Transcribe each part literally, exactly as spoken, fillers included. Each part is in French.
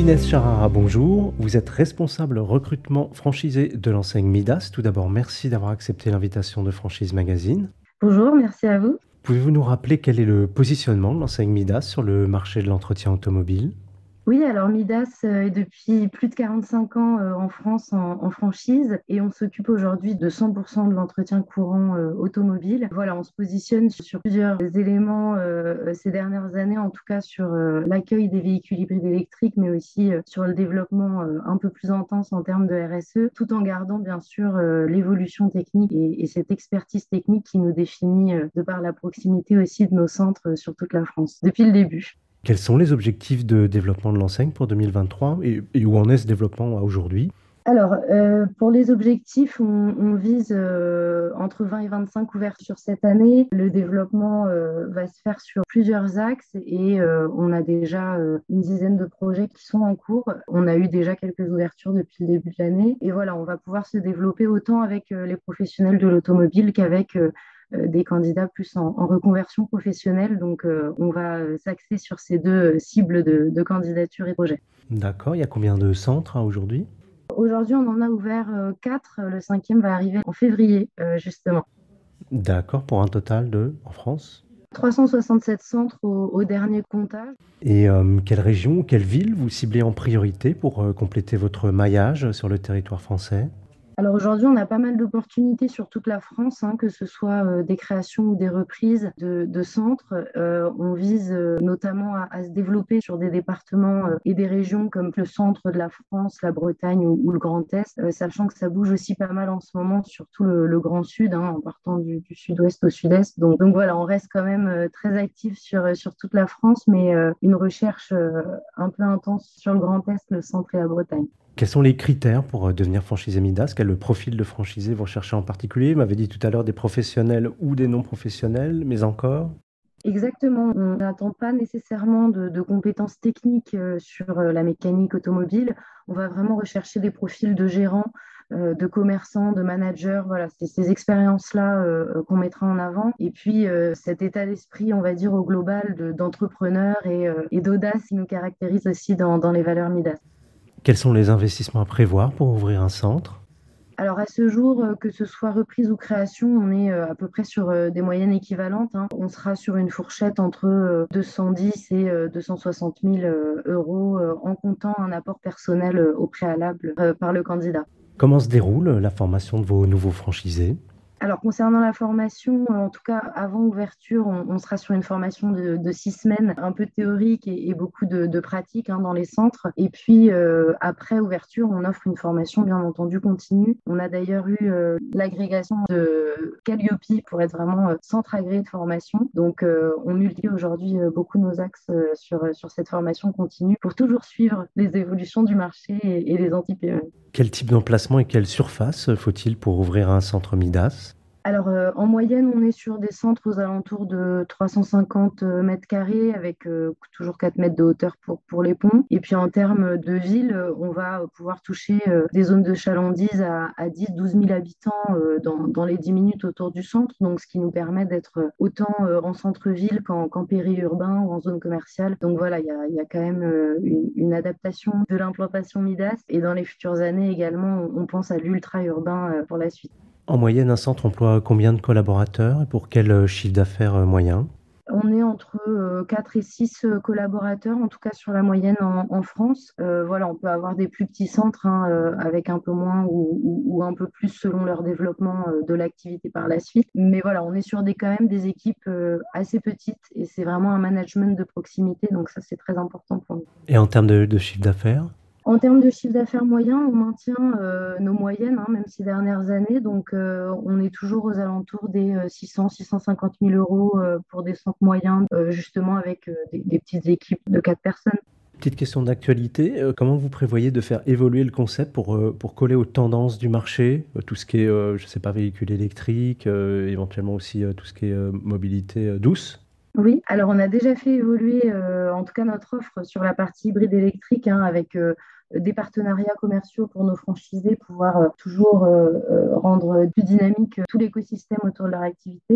Inès Charara, bonjour. Vous êtes responsable recrutement franchisé de l'enseigne Midas. Tout d'abord, merci d'avoir accepté l'invitation de Franchise Magazine. Bonjour, merci à vous. Pouvez-vous nous rappeler quel est le positionnement de l'enseigne Midas sur le marché de l'entretien automobile? Oui, alors Midas euh, est depuis plus de quarante-cinq ans euh, en France en, en franchise et on s'occupe aujourd'hui de cent pour cent de l'entretien courant euh, automobile. Voilà, on se positionne sur plusieurs éléments euh, ces dernières années, en tout cas sur euh, l'accueil des véhicules hybrides électriques, mais aussi euh, sur le développement euh, un peu plus intense en termes de R S E, tout en gardant bien sûr euh, l'évolution technique et, et cette expertise technique qui nous définit euh, de par la proximité aussi de nos centres euh, sur toute la France depuis le début. Quels sont les objectifs de développement de l'enseigne pour deux mille vingt-trois et, et où en est ce développement aujourd'hui? Alors, euh, pour les objectifs, on, on vise euh, entre vingt et vingt-cinq ouvertures cette année. Le développement euh, va se faire sur plusieurs axes et euh, on a déjà euh, une dizaine de projets qui sont en cours. On a eu déjà quelques ouvertures depuis le début de l'année. Et voilà, on va pouvoir se développer autant avec euh, les professionnels de l'automobile qu'avec euh, euh, des candidats plus en, en reconversion professionnelle. Donc, euh, on va euh, s'axer sur ces deux euh, cibles de, de candidature et projets. D'accord, il y a combien de centres hein, aujourd'hui? Aujourd'hui, on en a ouvert euh, quatre. Le cinquième va arriver en février, euh, justement. D'accord, pour un total de, en France? trois cent soixante-sept centres au, au dernier comptage. Et euh, quelle région ou quelle ville vous ciblez en priorité pour euh, compléter votre maillage sur le territoire français? Alors aujourd'hui, on a pas mal d'opportunités sur toute la France, hein, que ce soit euh, des créations ou des reprises de, de centres. Euh, on vise euh, notamment à, à se développer sur des départements euh, et des régions comme le centre de la France, la Bretagne ou, ou le Grand Est, euh, sachant que ça bouge aussi pas mal en ce moment, surtout le, le Grand Sud, hein, en partant du, du sud-ouest au sud-est. Donc, donc voilà, on reste quand même euh, très actif sur, euh, sur toute la France, mais euh, une recherche euh, un peu intense sur le Grand Est, le centre et la Bretagne. Quels sont les critères pour euh, devenir franchisé Midas? Quel est le profil de franchisé vous recherchez en particulier? Vous m'avez dit tout à l'heure des professionnels ou des non professionnels, mais encore? Exactement, on n'attend pas nécessairement de, de compétences techniques euh, sur euh, la mécanique automobile. On va vraiment rechercher des profils de gérants, euh, de commerçants, de managers. Voilà, c'est ces expériences-là euh, euh, qu'on mettra en avant. Et puis euh, cet état d'esprit, on va dire au global, de- d'entrepreneur et, euh, et d'audace qui nous caractérise aussi dans, dans les valeurs Midas. Quels sont les investissements à prévoir pour ouvrir un centre? Alors à ce jour, euh, que ce soit reprise ou création, on est euh, à peu près sur euh, des moyennes équivalentes, hein. On sera sur une fourchette entre euh, deux cent dix et euh, deux cent soixante mille euh, euros euh, en comptant un apport personnel euh, au préalable euh, par le candidat. Comment se déroule la formation de vos nouveaux franchisés? Alors, concernant la formation, euh, en tout cas, avant ouverture, on, on sera sur une formation de, de six semaines, un peu théorique et, et beaucoup de, de pratique hein, dans les centres. Et puis, euh, après ouverture, on offre une formation, bien entendu, continue. On a d'ailleurs eu euh, l'agrégation de Calliope pour être vraiment euh, centre agréé de formation. Donc, euh, on multiplie aujourd'hui euh, beaucoup nos axes euh, sur, sur cette formation continue pour toujours suivre les évolutions du marché et, et les anti-P M E. Quel type d'emplacement et quelle surface faut-il pour ouvrir un centre Midas? Alors, euh, en moyenne, on est sur des centres aux alentours de trois cent cinquante euh, mètres carrés avec euh, toujours quatre mètres de hauteur pour, pour les ponts. Et puis, en termes de ville, euh, on va pouvoir toucher euh, des zones de chalandise à, à dix douze mille habitants euh, dans, dans les dix minutes autour du centre. Donc, ce qui nous permet d'être autant euh, en centre-ville qu'en qu'en périurbain ou en zone commerciale. Donc, voilà, il y a, il y a quand même euh, une, une adaptation de l'implantation Midas. Et dans les futures années également, on, on pense à l'ultra-urbain euh, pour la suite. En moyenne, un centre emploie combien de collaborateurs et pour quel euh, chiffre d'affaires euh, moyen? On est entre euh, quatre et six euh, collaborateurs, en tout cas sur la moyenne en, en France. Euh, voilà, on peut avoir des plus petits centres hein, euh, avec un peu moins ou, ou- ou un peu plus selon leur développement euh, de l'activité par la suite. Mais voilà, on est sur des, quand même des équipes euh, assez petites et c'est vraiment un management de proximité, donc ça c'est très important pour nous. Et en termes de, de chiffre d'affaires? En termes de chiffre d'affaires moyen, on maintient euh, nos moyennes, hein, même ces dernières années. Donc, euh, on est toujours aux alentours des euh, six cents, six cent cinquante mille euros euh, pour des centres moyens, euh, justement avec euh, des, des petites équipes de quatre personnes. Petite question d'actualité, euh, comment vous prévoyez de faire évoluer le concept pour, euh, pour coller aux tendances du marché, euh, tout ce qui est, euh, je sais pas, véhicule électrique, euh, éventuellement aussi euh, tout ce qui est euh, mobilité euh, douce? Oui, alors on a déjà fait évoluer euh, en tout cas notre offre sur la partie hybride électrique hein, avec euh, des partenariats commerciaux pour nos franchisés, pouvoir euh, toujours euh, euh, rendre plus dynamique euh, tout l'écosystème autour de leur activité.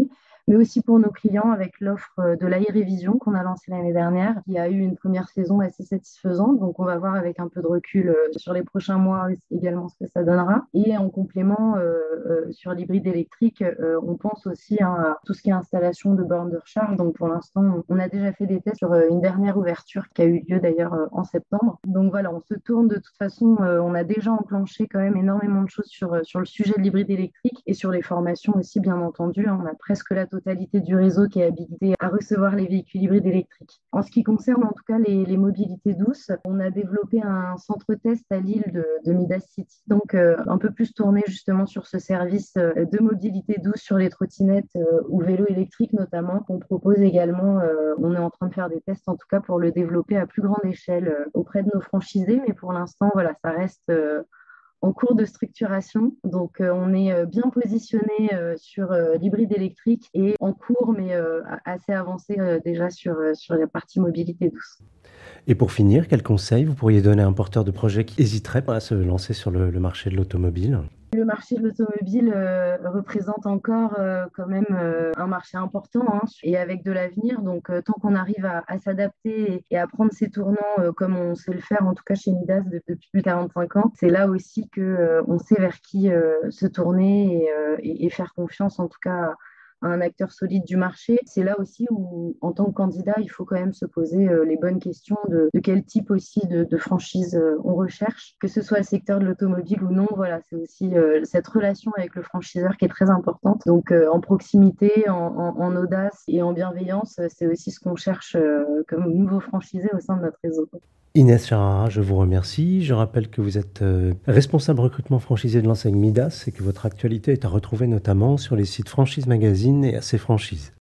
mais aussi pour nos clients avec l'offre euh, de l'Aérévision qu'on a lancée l'année dernière, qui a eu une première saison assez satisfaisante. Donc, on va voir avec un peu de recul euh, sur les prochains mois également ce que ça donnera. Et en complément, euh, euh, sur l'hybride électrique, euh, on pense aussi hein, à tout ce qui est installation de bornes de recharge. Donc, pour l'instant, on a déjà fait des tests sur euh, une dernière ouverture qui a eu lieu d'ailleurs euh, en septembre. Donc, voilà, on se tourne de toute façon. Euh, on a déjà enclenché quand même énormément de choses sur, euh, sur le sujet de l'hybride électrique et sur les formations aussi, bien entendu. Hein. On a presque la totalité du réseau qui est habilité à recevoir les véhicules hybrides électriques. En ce qui concerne en tout cas les, les mobilités douces, on a développé un centre test à Lille de, de Midas City, donc euh, un peu plus tourné justement sur ce service euh, de mobilité douce sur les trottinettes euh, ou vélos électriques notamment, qu'on propose également. Euh, on est en train de faire des tests en tout cas pour le développer à plus grande échelle euh, auprès de nos franchisés, mais pour l'instant, voilà, ça reste euh, en cours de structuration. Donc, euh, on est euh, bien positionné euh, sur euh, l'hybride électrique et en cours, mais euh, assez avancé euh, déjà sur, euh, sur la partie mobilité douce. Et pour finir, quels conseils vous pourriez donner à un porteur de projet qui hésiterait à se lancer sur le, le marché de l'automobile? Le marché de l'automobile euh, représente encore euh, quand même euh, un marché important hein, et avec de l'avenir. Donc, euh, tant qu'on arrive à, à s'adapter et, et à prendre ces tournants euh, comme on sait le faire, en tout cas chez Midas de- depuis plus de quarante-cinq ans, c'est là aussi que euh, on sait vers qui euh, se tourner et, euh, et- et faire confiance, en tout cas, à un acteur solide du marché. C'est là aussi où, en tant que candidat, il faut quand même se poser euh, les bonnes questions de, de quel type aussi de, de franchise euh, on recherche, que ce soit le secteur de l'automobile ou non. Voilà, c'est aussi euh, cette relation avec le franchiseur qui est très importante. Donc, euh, en proximité, en, en- en audace et en bienveillance, euh, c'est aussi ce qu'on cherche euh, comme nouveau franchisé au sein de notre réseau. Inès Charara, je vous remercie. Je rappelle que vous êtes euh, responsable recrutement franchisé de l'enseigne Midas et que votre actualité est à retrouver notamment sur les sites Franchise Magazine et A C Franchise.